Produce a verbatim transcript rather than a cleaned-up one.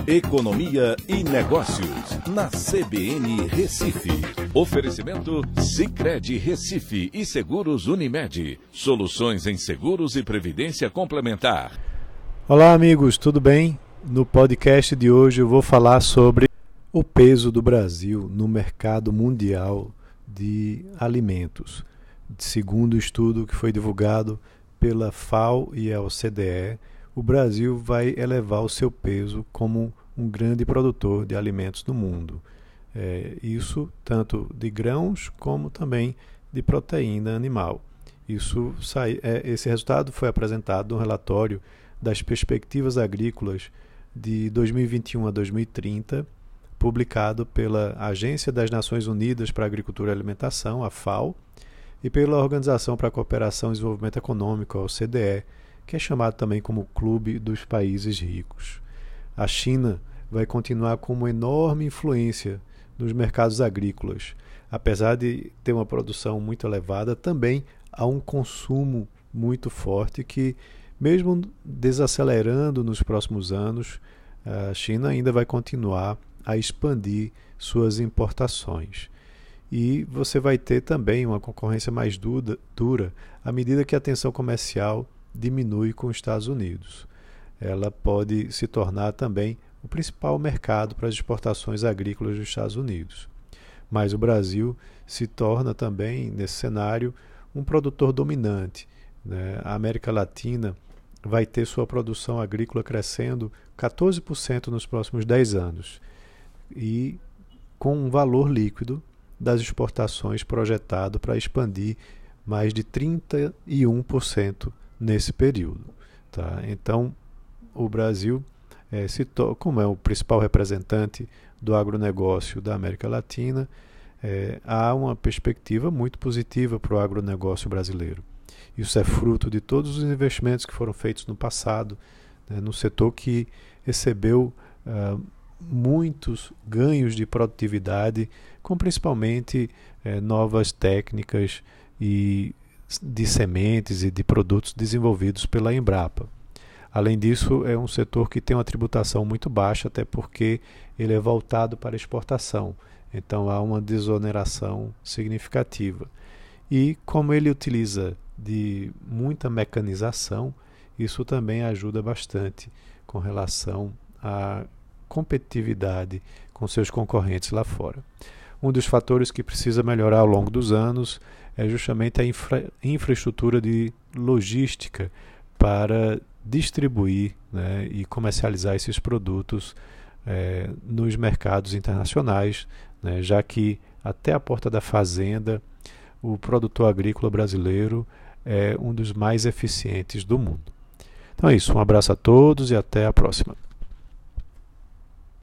Economia e Negócios, na C B N Recife. Oferecimento Sicredi Recife e Seguros Unimed. Soluções em seguros e previdência complementar. Olá amigos, tudo bem? No podcast de hoje eu vou falar sobre o peso do Brasil no mercado mundial de alimentos. Segundo o estudo que foi divulgado pela F A O e a O C D E, o Brasil vai elevar o seu peso como um grande produtor de alimentos no mundo. É, isso tanto de grãos como também de proteína animal. Isso sai, é, esse resultado foi apresentado no relatório das perspectivas agrícolas de dois mil e vinte e um a dois mil e trinta, publicado pela Agência das Nações Unidas para a Agricultura e Alimentação, a F A O, e pela Organização para a Cooperação e Desenvolvimento Econômico, a O C D E, que é chamado também como Clube dos Países Ricos. A China vai continuar com uma enorme influência nos mercados agrícolas. Apesar de ter uma produção muito elevada, também há um consumo muito forte que, mesmo desacelerando nos próximos anos, a China ainda vai continuar a expandir suas importações. E você vai ter também uma concorrência mais dura à medida que a tensão comercial diminui com os Estados Unidos. Ela pode se tornar também o principal mercado para as exportações agrícolas dos Estados Unidos. Mas o Brasil se torna também, nesse cenário, um produtor dominante, né? A América Latina vai ter sua produção agrícola crescendo quatorze por cento nos próximos dez anos e com um valor líquido das exportações projetado para expandir mais de trinta e um por cento nesse período. Tá? Então, o Brasil, é, se to- como é o principal representante do agronegócio da América Latina, é, há uma perspectiva muito positiva para o agronegócio brasileiro. Isso é fruto de todos os investimentos que foram feitos no passado, né, no setor que recebeu uh, muitos ganhos de produtividade, com principalmente eh, novas técnicas e de sementes e de produtos desenvolvidos pela Embrapa. Além disso, é um setor que tem uma tributação muito baixa, até porque ele é voltado para exportação. Então há uma desoneração significativa. E como ele utiliza de muita mecanização, isso também ajuda bastante com relação à competitividade com seus concorrentes lá fora. Um dos fatores que precisa melhorar ao longo dos anos é justamente a infra, infraestrutura de logística para distribuir, né, e comercializar esses produtos é, nos mercados internacionais, né, já que até a porta da fazenda o produtor agrícola brasileiro é um dos mais eficientes do mundo. Então é isso, um abraço a todos e até a próxima.